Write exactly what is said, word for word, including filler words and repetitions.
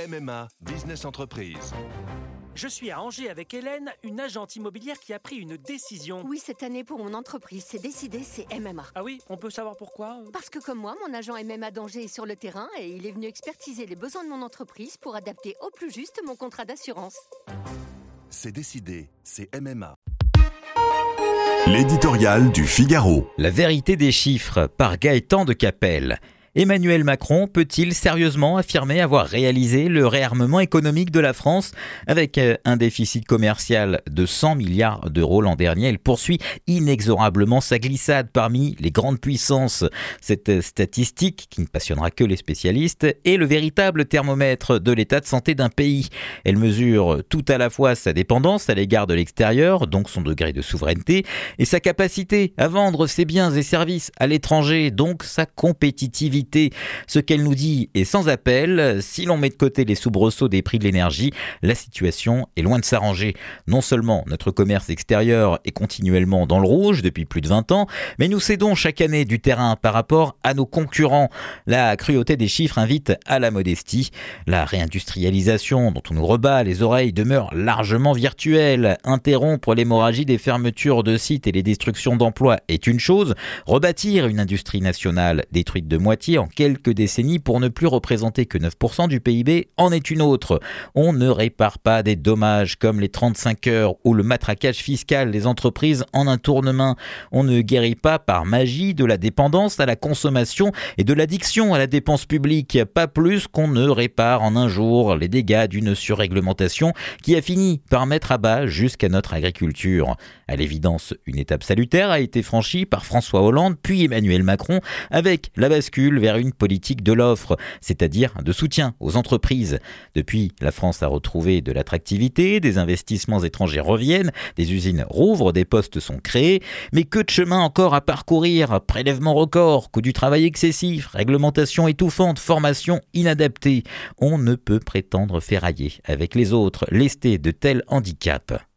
M M A Business Entreprise. Je suis à Angers avec Hélène, une agente immobilière qui a pris une décision. Oui, cette année pour mon entreprise, c'est décidé, c'est M M A. Ah oui, on peut savoir pourquoi? Parce que comme moi, mon agent M M A d'Angers est sur le terrain et il est venu expertiser les besoins de mon entreprise pour adapter au plus juste mon contrat d'assurance. C'est décidé, c'est M M A. L'éditorial du Figaro. La vérité des chiffres par Gaëtan de Capelle. Emmanuel Macron peut-il sérieusement affirmer avoir réalisé le réarmement économique de la France avec un déficit commercial de cent milliards d'euros l'an dernier? Il poursuit inexorablement sa glissade parmi les grandes puissances. Cette statistique, qui ne passionnera que les spécialistes, est le véritable thermomètre de l'état de santé d'un pays. Elle mesure tout à la fois sa dépendance à l'égard de l'extérieur, donc son degré de souveraineté, et sa capacité à vendre ses biens et services à l'étranger, donc sa compétitivité. Ce qu'elle nous dit est sans appel. Si l'on met de côté les soubresauts des prix de l'énergie, la situation est loin de s'arranger. Non seulement notre commerce extérieur est continuellement dans le rouge depuis plus de vingt ans, mais nous cédons chaque année du terrain par rapport à nos concurrents. La cruauté des chiffres invite à la modestie. La réindustrialisation dont on nous rebat les oreilles demeure largement virtuelle. Interrompre l'hémorragie des fermetures de sites et les destructions d'emplois est une chose. Rebâtir une industrie nationale détruite de moitié en quelques décennies pour ne plus représenter que neuf pour cent du P I B en est une autre. On ne répare pas des dommages comme les trente-cinq heures ou le matraquage fiscal des entreprises en un tournement. On ne guérit pas par magie de la dépendance à la consommation et de l'addiction à la dépense publique, pas plus qu'on ne répare en un jour les dégâts d'une surréglementation qui a fini par mettre à bas jusqu'à notre agriculture. À l'évidence, une étape salutaire a été franchie par François Hollande puis Emmanuel Macron avec la bascule vers une politique de l'offre, c'est-à-dire de soutien aux entreprises. Depuis, la France a retrouvé de l'attractivité, des investissements étrangers reviennent, des usines rouvrent, des postes sont créés, mais que de chemin encore à parcourir, prélèvements records, coût du travail excessif, réglementation étouffante, formation inadaptée. On ne peut prétendre ferrailler avec les autres, lestés de tels handicaps.